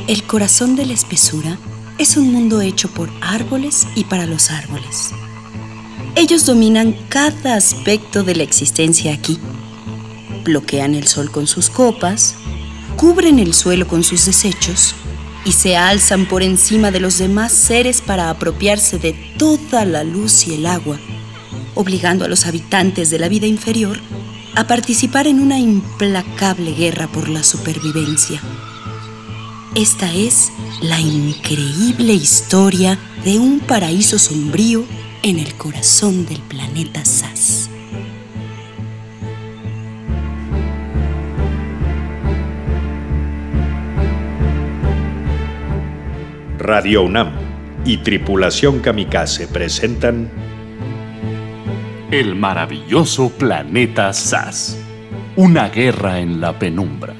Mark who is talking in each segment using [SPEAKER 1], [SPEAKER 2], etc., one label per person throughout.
[SPEAKER 1] El corazón de la espesura es un mundo hecho por árboles y para los árboles. Ellos dominan cada aspecto de la existencia aquí. Bloquean el sol con sus copas, cubren el suelo con sus desechos y se alzan por encima de los demás seres para apropiarse de toda la luz y el agua, obligando a los habitantes de la vida inferior a participar en una implacable guerra por la supervivencia. Esta es la increíble historia de un paraíso sombrío en el corazón del planeta Zaz.
[SPEAKER 2] Radio UNAM y Tripulación Kamikaze presentan
[SPEAKER 3] El maravilloso planeta Zaz. Una guerra en la penumbra.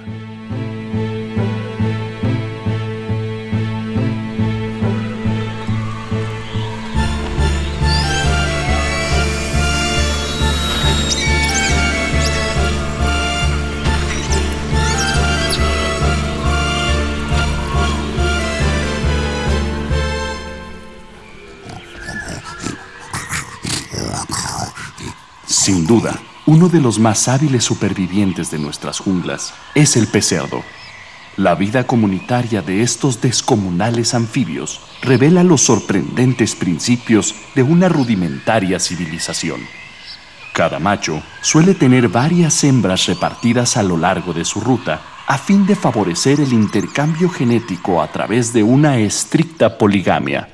[SPEAKER 3] Sin duda, uno de los más hábiles supervivientes de nuestras junglas es el pez cerdo. La vida comunitaria de estos descomunales anfibios revela los sorprendentes principios de una rudimentaria civilización. Cada macho suele tener varias hembras repartidas a lo largo de su ruta a fin de favorecer el intercambio genético a través de una estricta poligamia.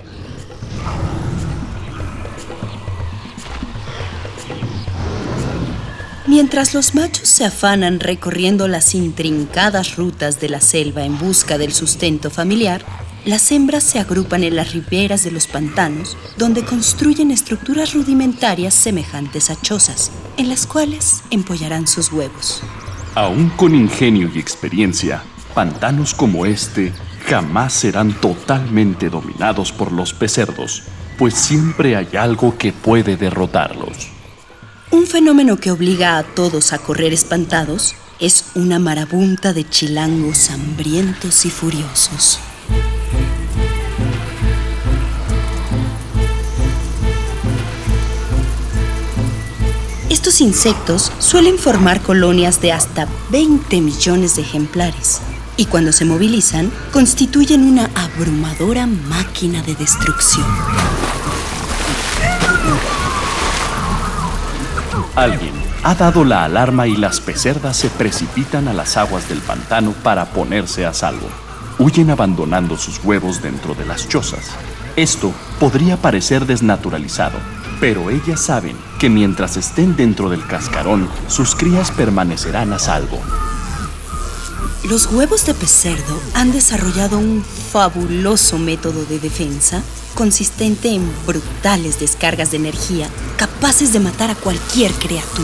[SPEAKER 1] Mientras los machos se afanan recorriendo las intrincadas rutas de la selva en busca del sustento familiar, las hembras se agrupan en las riberas de los pantanos, donde construyen estructuras rudimentarias semejantes a chozas, en las cuales empollarán sus huevos.
[SPEAKER 3] Aún con ingenio y experiencia, pantanos como este jamás serán totalmente dominados por los pecerdos, pues siempre hay algo que puede derrotarlos.
[SPEAKER 1] Un fenómeno que obliga a todos a correr espantados es una marabunta de chilangos hambrientos y furiosos. Estos insectos suelen formar colonias de hasta 20 millones de ejemplares y cuando se movilizan constituyen una abrumadora máquina de destrucción.
[SPEAKER 3] Alguien ha dado la alarma y las pecerdas se precipitan a las aguas del pantano para ponerse a salvo. Huyen abandonando sus huevos dentro de las chozas. Esto podría parecer desnaturalizado, pero ellas saben que mientras estén dentro del cascarón, sus crías permanecerán a salvo.
[SPEAKER 1] Los huevos de pez cerdo han desarrollado un fabuloso método de defensa consistente en brutales descargas de energía capaces de matar a cualquier criatura.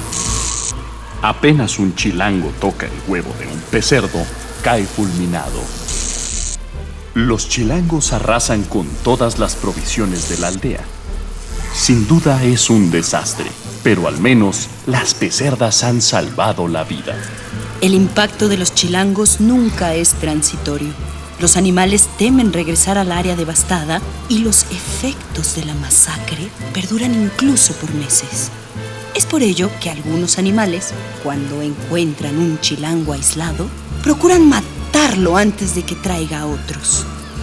[SPEAKER 3] Apenas un chilango toca el huevo de un pez cerdo, cae fulminado. Los chilangos arrasan con todas las provisiones de la aldea. Sin duda es un desastre, pero al menos las pecerdas han salvado la vida.
[SPEAKER 1] El impacto de los chilangos nunca es transitorio. Los animales temen regresar al área devastada y los efectos de la masacre perduran incluso por meses. Es por ello que algunos animales, cuando encuentran un chilango aislado, procuran matarlo antes de que traiga a otros.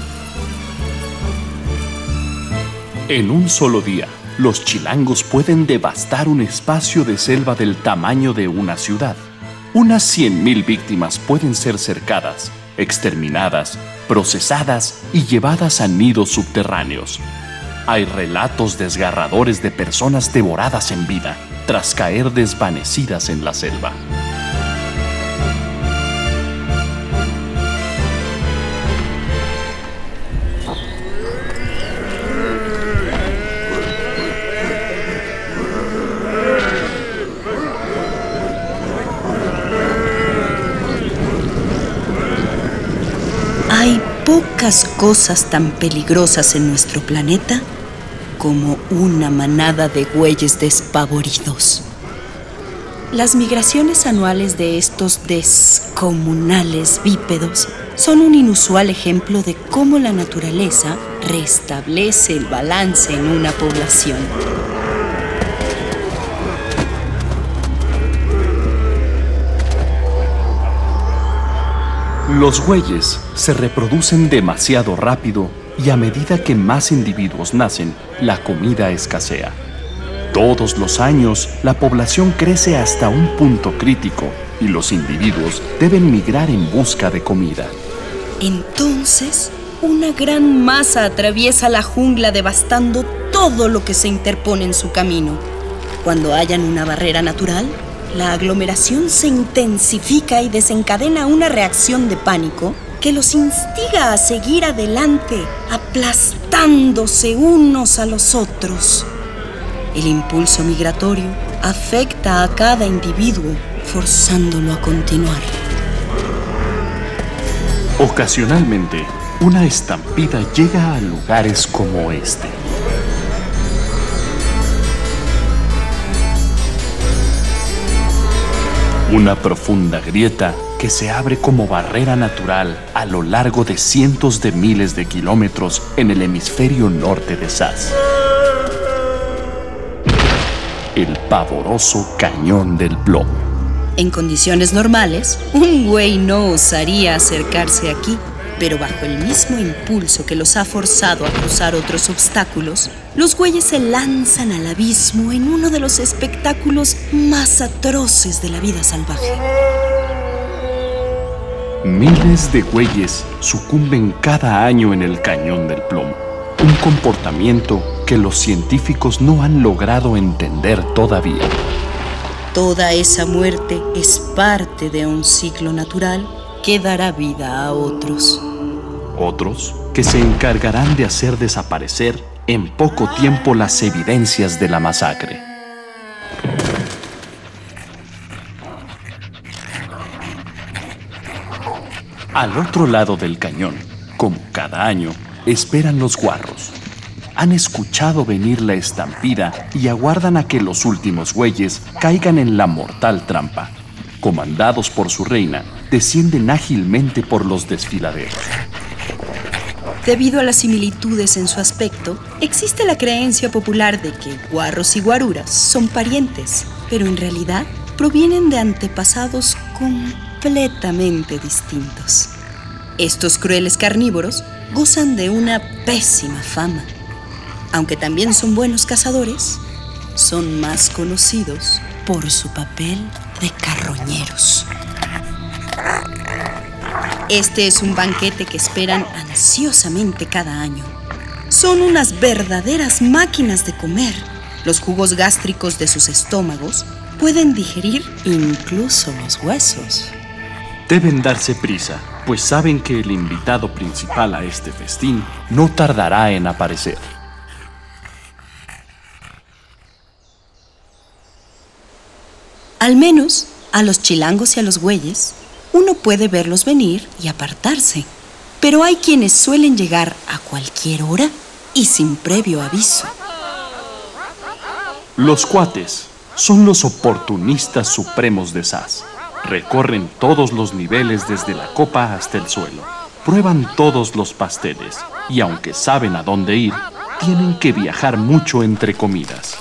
[SPEAKER 3] En un solo día, los chilangos pueden devastar un espacio de selva del tamaño de una ciudad. Unas 100,000 víctimas pueden ser cercadas, exterminadas, procesadas y llevadas a nidos subterráneos. Hay relatos desgarradores de personas devoradas en vida tras caer desvanecidas en la selva.
[SPEAKER 1] Hay pocas cosas tan peligrosas en nuestro planeta como una manada de bueyes despavoridos. Las migraciones anuales de estos descomunales bípedos son un inusual ejemplo de cómo la naturaleza restablece el balance en una población.
[SPEAKER 3] Los bueyes se reproducen demasiado rápido y a medida que más individuos nacen, la comida escasea. Todos los años, la población crece hasta un punto crítico y los individuos deben migrar en busca de comida.
[SPEAKER 1] Entonces, una gran masa atraviesa la jungla devastando todo lo que se interpone en su camino. Cuando hallan una barrera natural, la aglomeración se intensifica y desencadena una reacción de pánico que los instiga a seguir adelante, aplastándose unos a los otros. El impulso migratorio afecta a cada individuo, forzándolo a continuar.
[SPEAKER 3] Ocasionalmente, una estampida llega a lugares como este. Una profunda grieta que se abre como barrera natural a lo largo de cientos de miles de kilómetros en el hemisferio norte de Sass. El pavoroso Cañón del Plomo.
[SPEAKER 1] En condiciones normales, un buey no osaría acercarse aquí, pero bajo el mismo impulso que los ha forzado a cruzar otros obstáculos, los bueyes se lanzan al abismo en uno de los espectáculos más atroces de la vida salvaje.
[SPEAKER 3] Miles de bueyes sucumben cada año en el Cañón del Plomo, un comportamiento que los científicos no han logrado entender todavía.
[SPEAKER 1] Toda esa muerte es parte de un ciclo natural que dará vida a otros.
[SPEAKER 3] Otros que se encargarán de hacer desaparecer en poco tiempo las evidencias de la masacre. Al otro lado del cañón, como cada año, esperan los guarros. Han escuchado venir la estampida y aguardan a que los últimos bueyes caigan en la mortal trampa. Comandados por su reina, descienden ágilmente por los desfiladeros.
[SPEAKER 1] Debido a las similitudes en su aspecto, existe la creencia popular de que guarros y guaruras son parientes, pero en realidad provienen de antepasados completamente distintos. Estos crueles carnívoros gozan de una pésima fama. Aunque también son buenos cazadores, son más conocidos por su papel de carroñeros. Este es un banquete que esperan ansiosamente cada año. Son unas verdaderas máquinas de comer. Los jugos gástricos de sus estómagos pueden digerir incluso los huesos.
[SPEAKER 3] Deben darse prisa, pues saben que el invitado principal a este festín no tardará en aparecer.
[SPEAKER 1] Al menos a los chilangos y a los bueyes, uno puede verlos venir y apartarse, pero hay quienes suelen llegar a cualquier hora y sin previo aviso.
[SPEAKER 3] Los cuates son los oportunistas supremos de Sass. Recorren todos los niveles desde la copa hasta el suelo. Prueban todos los pasteles y aunque saben a dónde ir, tienen que viajar mucho entre comidas.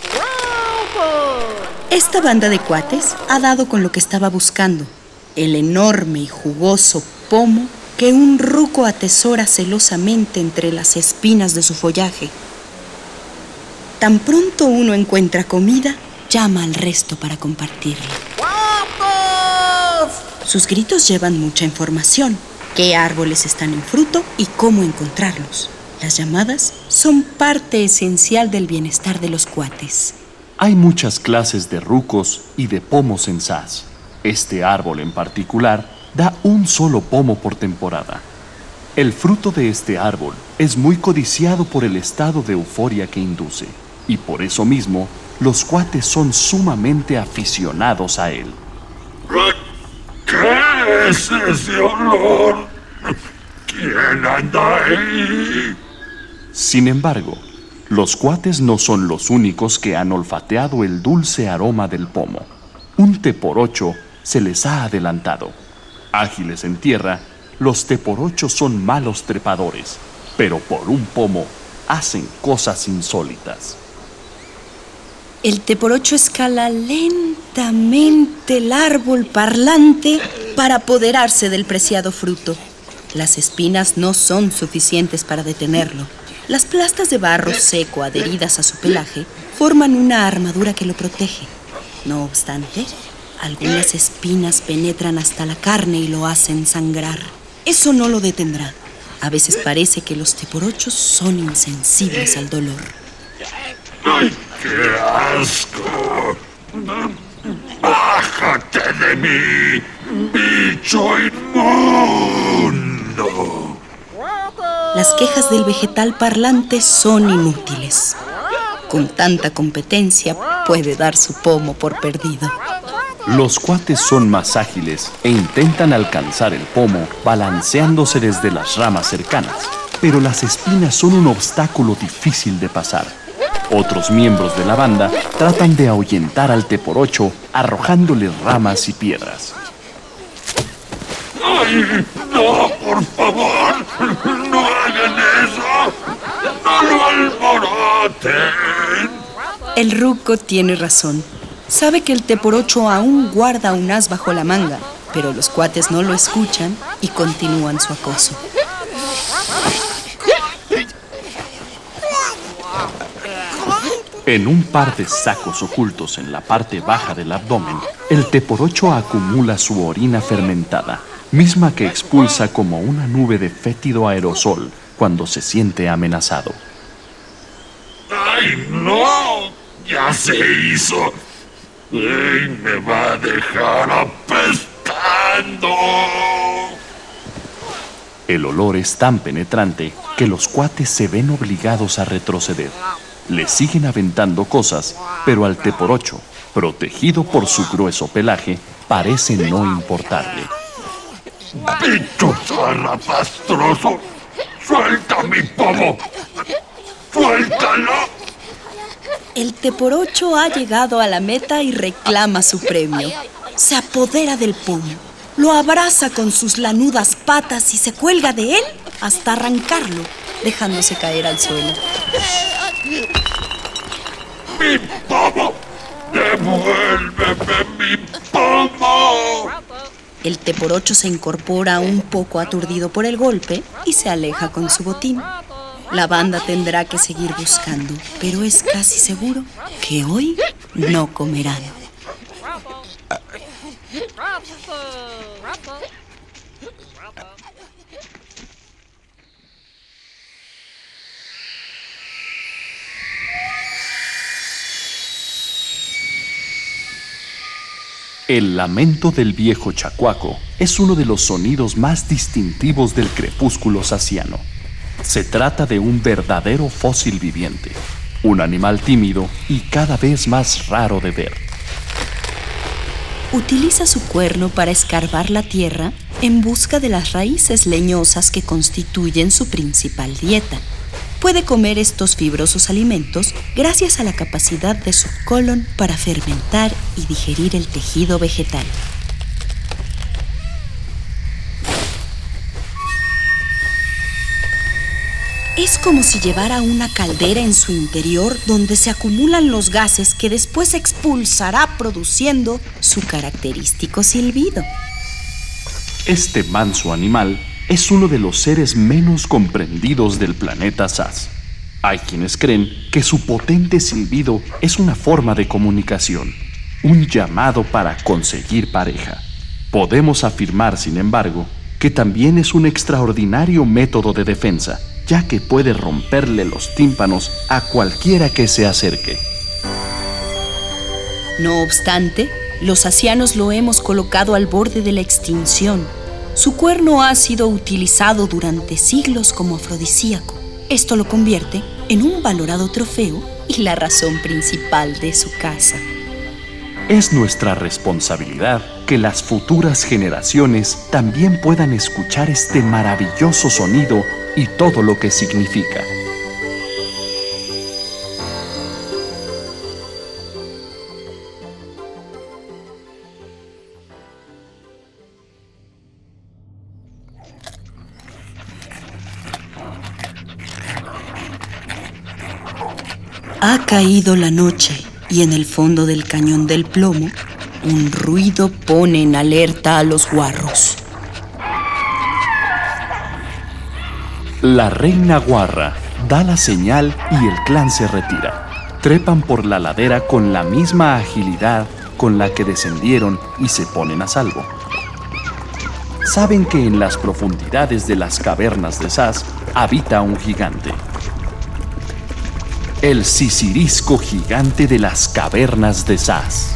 [SPEAKER 1] Esta banda de cuates ha dado con lo que estaba buscando, el enorme y jugoso pomo que un ruco atesora celosamente entre las espinas de su follaje. Tan pronto uno encuentra comida, llama al resto para compartirla. Sus gritos llevan mucha información: qué árboles están en fruto y cómo encontrarlos. Las llamadas son parte esencial del bienestar de los cuates.
[SPEAKER 3] Hay muchas clases de rucos y de pomos en Sass. Este árbol en particular da un solo pomo por temporada. El fruto de este árbol es muy codiciado por el estado de euforia que induce, y por eso mismo los cuates son sumamente aficionados a él.
[SPEAKER 4] ¿Qué es ese olor? ¿Quién anda ahí?
[SPEAKER 3] Sin embargo, los cuates no son los únicos que han olfateado el dulce aroma del pomo. Un teporocho se les ha adelantado. Ágiles en tierra, Los teporochos son malos trepadores, pero por un pomo hacen cosas insólitas.
[SPEAKER 1] El teporocho escala lentamente el árbol parlante para apoderarse del preciado fruto. Las espinas no son suficientes para detenerlo. Las plastas de barro seco adheridas a su pelaje forman una armadura que lo protege. No obstante, algunas espinas penetran hasta la carne y lo hacen sangrar. Eso no lo detendrá. A veces parece que los teporochos son insensibles al dolor.
[SPEAKER 4] ¡Ay, qué asco! ¡Bájate de mí, bicho inmundo!
[SPEAKER 1] Las quejas del vegetal parlante son inútiles. Con tanta competencia puede dar su pomo por perdido.
[SPEAKER 3] Los cuates son más ágiles e intentan alcanzar el pomo balanceándose desde las ramas cercanas, pero las espinas son un obstáculo difícil de pasar. Otros miembros de la banda tratan de ahuyentar al teporocho arrojándole ramas y piedras.
[SPEAKER 4] ¡Ay, no, por favor! ¡No hagan eso! ¡No lo alboroten!
[SPEAKER 1] El ruco tiene razón. Sabe que el teporocho aún guarda un as bajo la manga, pero los cuates no lo escuchan y continúan su acoso.
[SPEAKER 3] En un par de sacos ocultos en la parte baja del abdomen, el teporocho acumula su orina fermentada, misma que expulsa como una nube de fétido aerosol cuando se siente amenazado.
[SPEAKER 4] ¡Ay, no! ¡Ya se hizo! ¡Ay, me va a dejar apestando!
[SPEAKER 3] El olor es tan penetrante que los cuates se ven obligados a retroceder. Le siguen aventando cosas, pero al teporocho, protegido por su grueso pelaje, parece no importarle.
[SPEAKER 4] ¡Bicho zarrapastroso! ¡Suelta mi pomo! ¡Suéltalo!
[SPEAKER 1] El teporocho ha llegado a la meta y reclama su premio. Se apodera del pomo, lo abraza con sus lanudas patas y se cuelga de él hasta arrancarlo, dejándose caer al suelo.
[SPEAKER 4] ¡Mi pomo! ¡Devuélveme mi pomo!
[SPEAKER 1] El teporocho se incorpora un poco aturdido por el golpe y se aleja con su botín. La banda tendrá que seguir buscando, pero es casi seguro que hoy no comerán.
[SPEAKER 3] El lamento del viejo chacuaco es uno de los sonidos más distintivos del crepúsculo saciano. Se trata de un verdadero fósil viviente, un animal tímido y cada vez más raro de ver.
[SPEAKER 1] Utiliza su cuerno para escarbar la tierra en busca de las raíces leñosas que constituyen su principal dieta. Puede comer estos fibrosos alimentos gracias a la capacidad de su colon para fermentar y digerir el tejido vegetal. Es como si llevara una caldera en su interior donde se acumulan los gases que después expulsará produciendo su característico silbido.
[SPEAKER 3] Este manso animal es uno de los seres menos comprendidos del planeta Sas. Hay quienes creen que su potente silbido es una forma de comunicación, un llamado para conseguir pareja. Podemos afirmar, sin embargo, que también es un extraordinario método de defensa, ya que puede romperle los tímpanos a cualquiera que se acerque.
[SPEAKER 1] No obstante, los asianos lo hemos colocado al borde de la extinción. Su cuerno ha sido utilizado durante siglos como afrodisíaco. Esto lo convierte en un valorado trofeo y la razón principal de su caza.
[SPEAKER 3] Es nuestra responsabilidad que las futuras generaciones también puedan escuchar este maravilloso sonido y todo lo que significa.
[SPEAKER 1] Ha caído la noche y en el fondo del cañón del plomo, un ruido pone en alerta a los guarros.
[SPEAKER 3] La reina guarra da la señal y el clan se retira. Trepan por la ladera con la misma agilidad con la que descendieron y se ponen a salvo. Saben que en las profundidades de las cavernas de Sas habita un gigante. El Sisirisco gigante de las cavernas de Sas.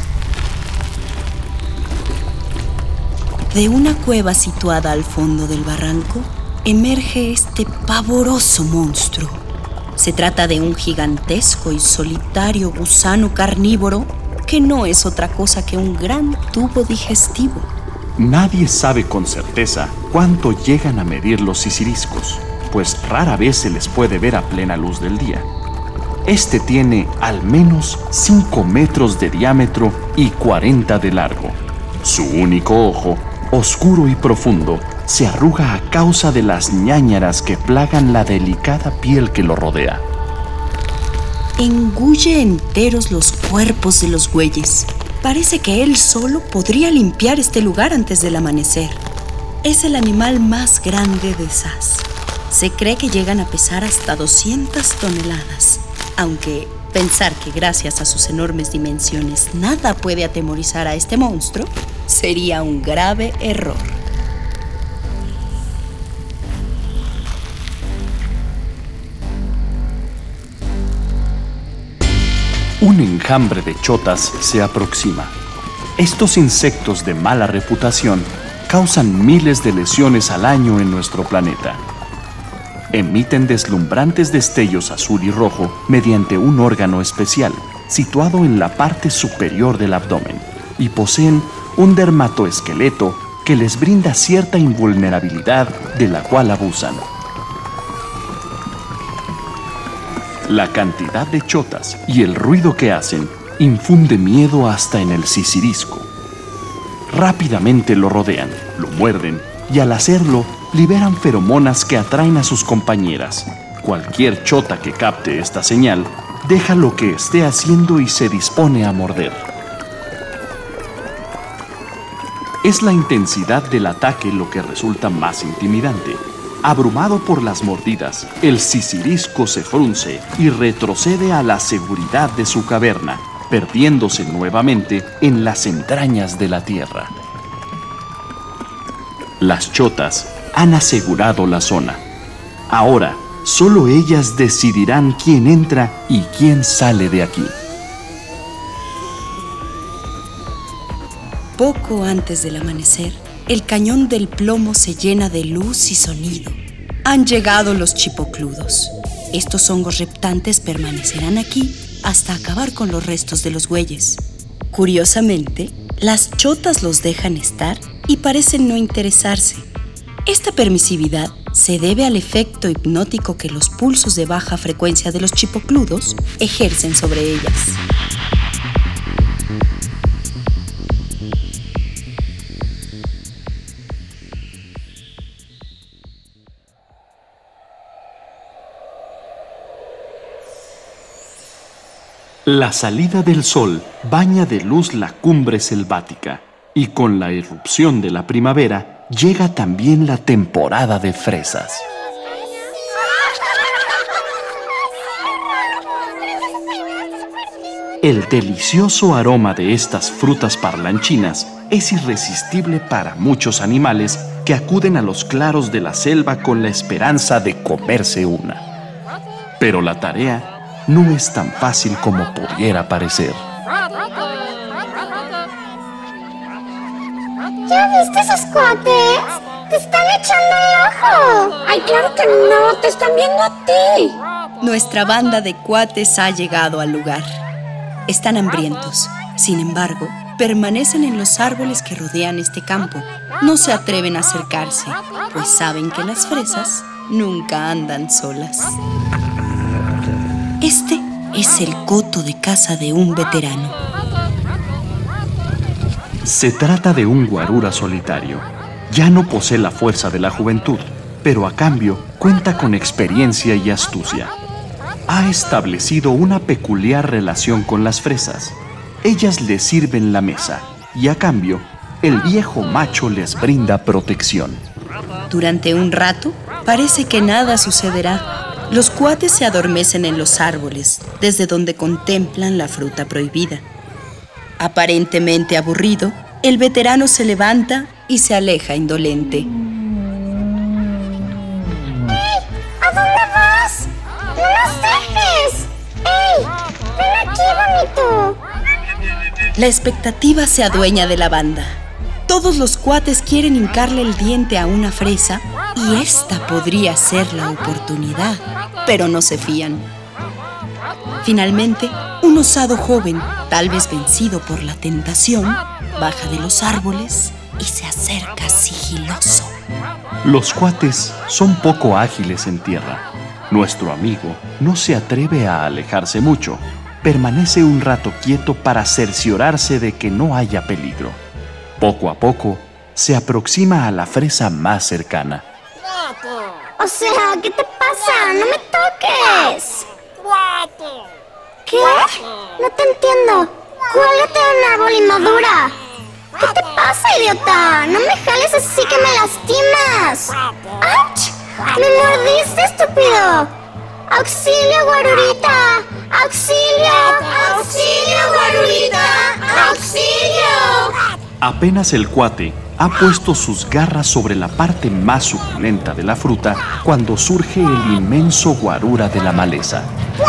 [SPEAKER 1] De una cueva situada al fondo del barranco, emerge este pavoroso monstruo. Se trata de un gigantesco y solitario gusano carnívoro que no es otra cosa que un gran tubo digestivo.
[SPEAKER 3] Nadie sabe con certeza cuánto llegan a medir los sisiriscos, pues rara vez se les puede ver a plena luz del día. Este tiene al menos 5 metros de diámetro y 40 de largo. Su único ojo, oscuro y profundo, se arruga a causa de las ñáñaras que plagan la delicada piel que lo rodea.
[SPEAKER 1] Engulle enteros los cuerpos de los bueyes. Parece que él solo podría limpiar este lugar antes del amanecer. Es el animal más grande de Sas. Se cree que llegan a pesar hasta 200 toneladas, aunque pensar que gracias a sus enormes dimensiones nada puede atemorizar a este monstruo sería un grave error.
[SPEAKER 3] Un enjambre de chotas se aproxima. Estos insectos de mala reputación causan miles de lesiones al año en nuestro planeta. Emiten deslumbrantes destellos azul y rojo mediante un órgano especial situado en la parte superior del abdomen y poseen un dermatoesqueleto que les brinda cierta invulnerabilidad de la cual abusan. La cantidad de chotas y el ruido que hacen infunde miedo hasta en el sisirisco. Rápidamente lo rodean, lo muerden y al hacerlo liberan feromonas que atraen a sus compañeras. Cualquier chota que capte esta señal deja lo que esté haciendo y se dispone a morder. Es la intensidad del ataque lo que resulta más intimidante. Abrumado por las mordidas, el sisirisco se frunce y retrocede a la seguridad de su caverna, perdiéndose nuevamente en las entrañas de la tierra. Las chotas han asegurado la zona. Ahora, solo ellas decidirán quién entra y quién sale de aquí.
[SPEAKER 1] Poco antes del amanecer, el cañón del plomo se llena de luz y sonido. Han llegado los chipocludos. Estos hongos reptantes permanecerán aquí hasta acabar con los restos de los bueyes. Curiosamente, las chotas los dejan estar y parecen no interesarse. Esta permisividad se debe al efecto hipnótico que los pulsos de baja frecuencia de los chipocludos ejercen sobre ellas.
[SPEAKER 3] La salida del sol baña de luz la cumbre selvática y con la irrupción de la primavera llega también la temporada de fresas. El delicioso aroma de estas frutas parlanchinas es irresistible para muchos animales que acuden a los claros de la selva con la esperanza de comerse una. Pero la tarea no es tan fácil como pudiera parecer.
[SPEAKER 5] ¿Ya viste esos cuates? ¡Te están echando el ojo! ¡Ay, claro que no! ¡Te están viendo a ti!
[SPEAKER 1] Nuestra banda de cuates ha llegado al lugar. Están hambrientos. Sin embargo, permanecen en los árboles que rodean este campo. No se atreven a acercarse, pues saben que las fresas nunca andan solas. Este es el coto de caza de un veterano.
[SPEAKER 3] Se trata de un guarura solitario. Ya no posee la fuerza de la juventud, pero a cambio cuenta con experiencia y astucia. ha establecido una peculiar relación con las fresas. Ellas le sirven la mesa y a cambio, el viejo macho les brinda protección.
[SPEAKER 1] Durante un rato, parece que nada sucederá. Los cuates se adormecen en los árboles, desde donde contemplan la fruta prohibida. Aparentemente aburrido, el veterano se levanta y se aleja indolente.
[SPEAKER 5] ¿A dónde vas? ¡No nos dejes! ¡Ey! ¡Ven aquí, bonito!
[SPEAKER 1] La expectativa se adueña de la banda. Todos los cuates quieren hincarle el diente a una fresa y esta podría ser la oportunidad, pero no se fían. Finalmente, un osado joven, tal vez vencido por la tentación, baja de los árboles y se acerca sigiloso.
[SPEAKER 3] Los cuates son poco ágiles en tierra. Nuestro amigo no se atreve a alejarse mucho. Permanece un rato quieto para cerciorarse de que no haya peligro. Poco a poco, se aproxima a la fresa más cercana.
[SPEAKER 5] O sea, ¿qué te pasa? ¡No me toques! ¿Qué? No te entiendo. Cuélgate de un árbol y madura. ¿Qué te pasa, idiota? No me jales así que me lastimas. ¡Ach! ¡Me mordiste, estúpido! ¡Auxilio, guarurita! ¡Auxilio! ¡Auxilio, guarurita! ¡Auxilio!
[SPEAKER 3] Apenas el cuate ha puesto sus garras sobre la parte más suculenta de la fruta cuando surge el inmenso guarura de la maleza.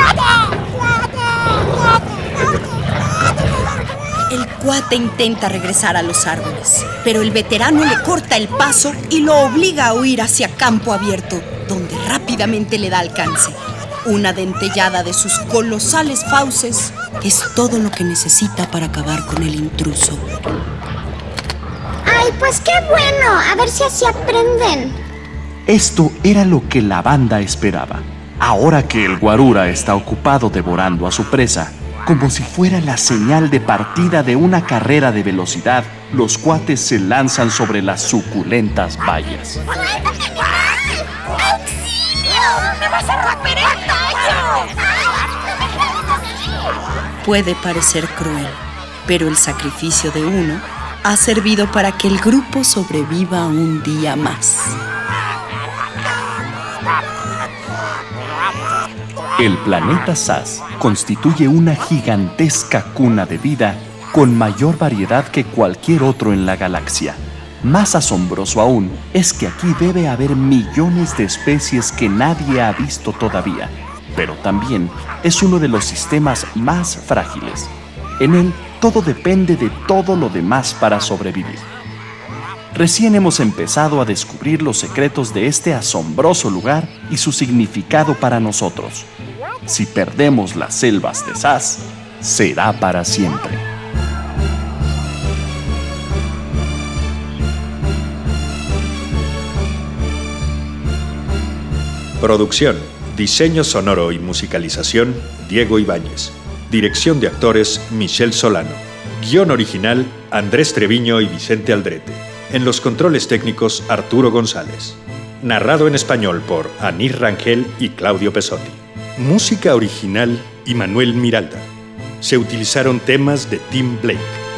[SPEAKER 1] El cuate intenta regresar a los árboles, pero el veterano le corta el paso y lo obliga a huir hacia campo abierto, donde rápidamente le da alcance. Una dentellada de sus colosales fauces es todo lo que necesita para acabar con el intruso.
[SPEAKER 5] ¡Ay, pues qué bueno! A ver si así aprenden.
[SPEAKER 3] Esto era lo que la banda esperaba. Ahora que el guarura está ocupado devorando a su presa, como si fuera la señal de partida de una carrera de velocidad, los cuates se lanzan sobre las suculentas bayas.
[SPEAKER 5] ¡Auxilio! ¡Me vas a romper el tallo!
[SPEAKER 1] Puede parecer cruel, pero el sacrificio de uno ha servido para que el grupo sobreviva un día más.
[SPEAKER 3] El planeta SAS constituye una gigantesca cuna de vida con mayor variedad que cualquier otro en la galaxia. Más asombroso aún es que aquí debe haber millones de especies que nadie ha visto todavía, pero también es uno de los sistemas más frágiles. En él todo depende de todo lo demás para sobrevivir. Recién hemos empezado a descubrir los secretos de este asombroso lugar y su significado para nosotros. Si perdemos las selvas de SAS, será para siempre.
[SPEAKER 2] Producción, diseño sonoro y musicalización, Diego Ibáñez. Dirección de actores, Michelle Solano. Guión original, Andrés Treviño y Vicente Aldrete. En los controles técnicos, Arturo González. Narrado en español por Anir Rangel y Claudio Pesotti. Música original, Immanuel Miralda. Se utilizaron temas de Tim Blake.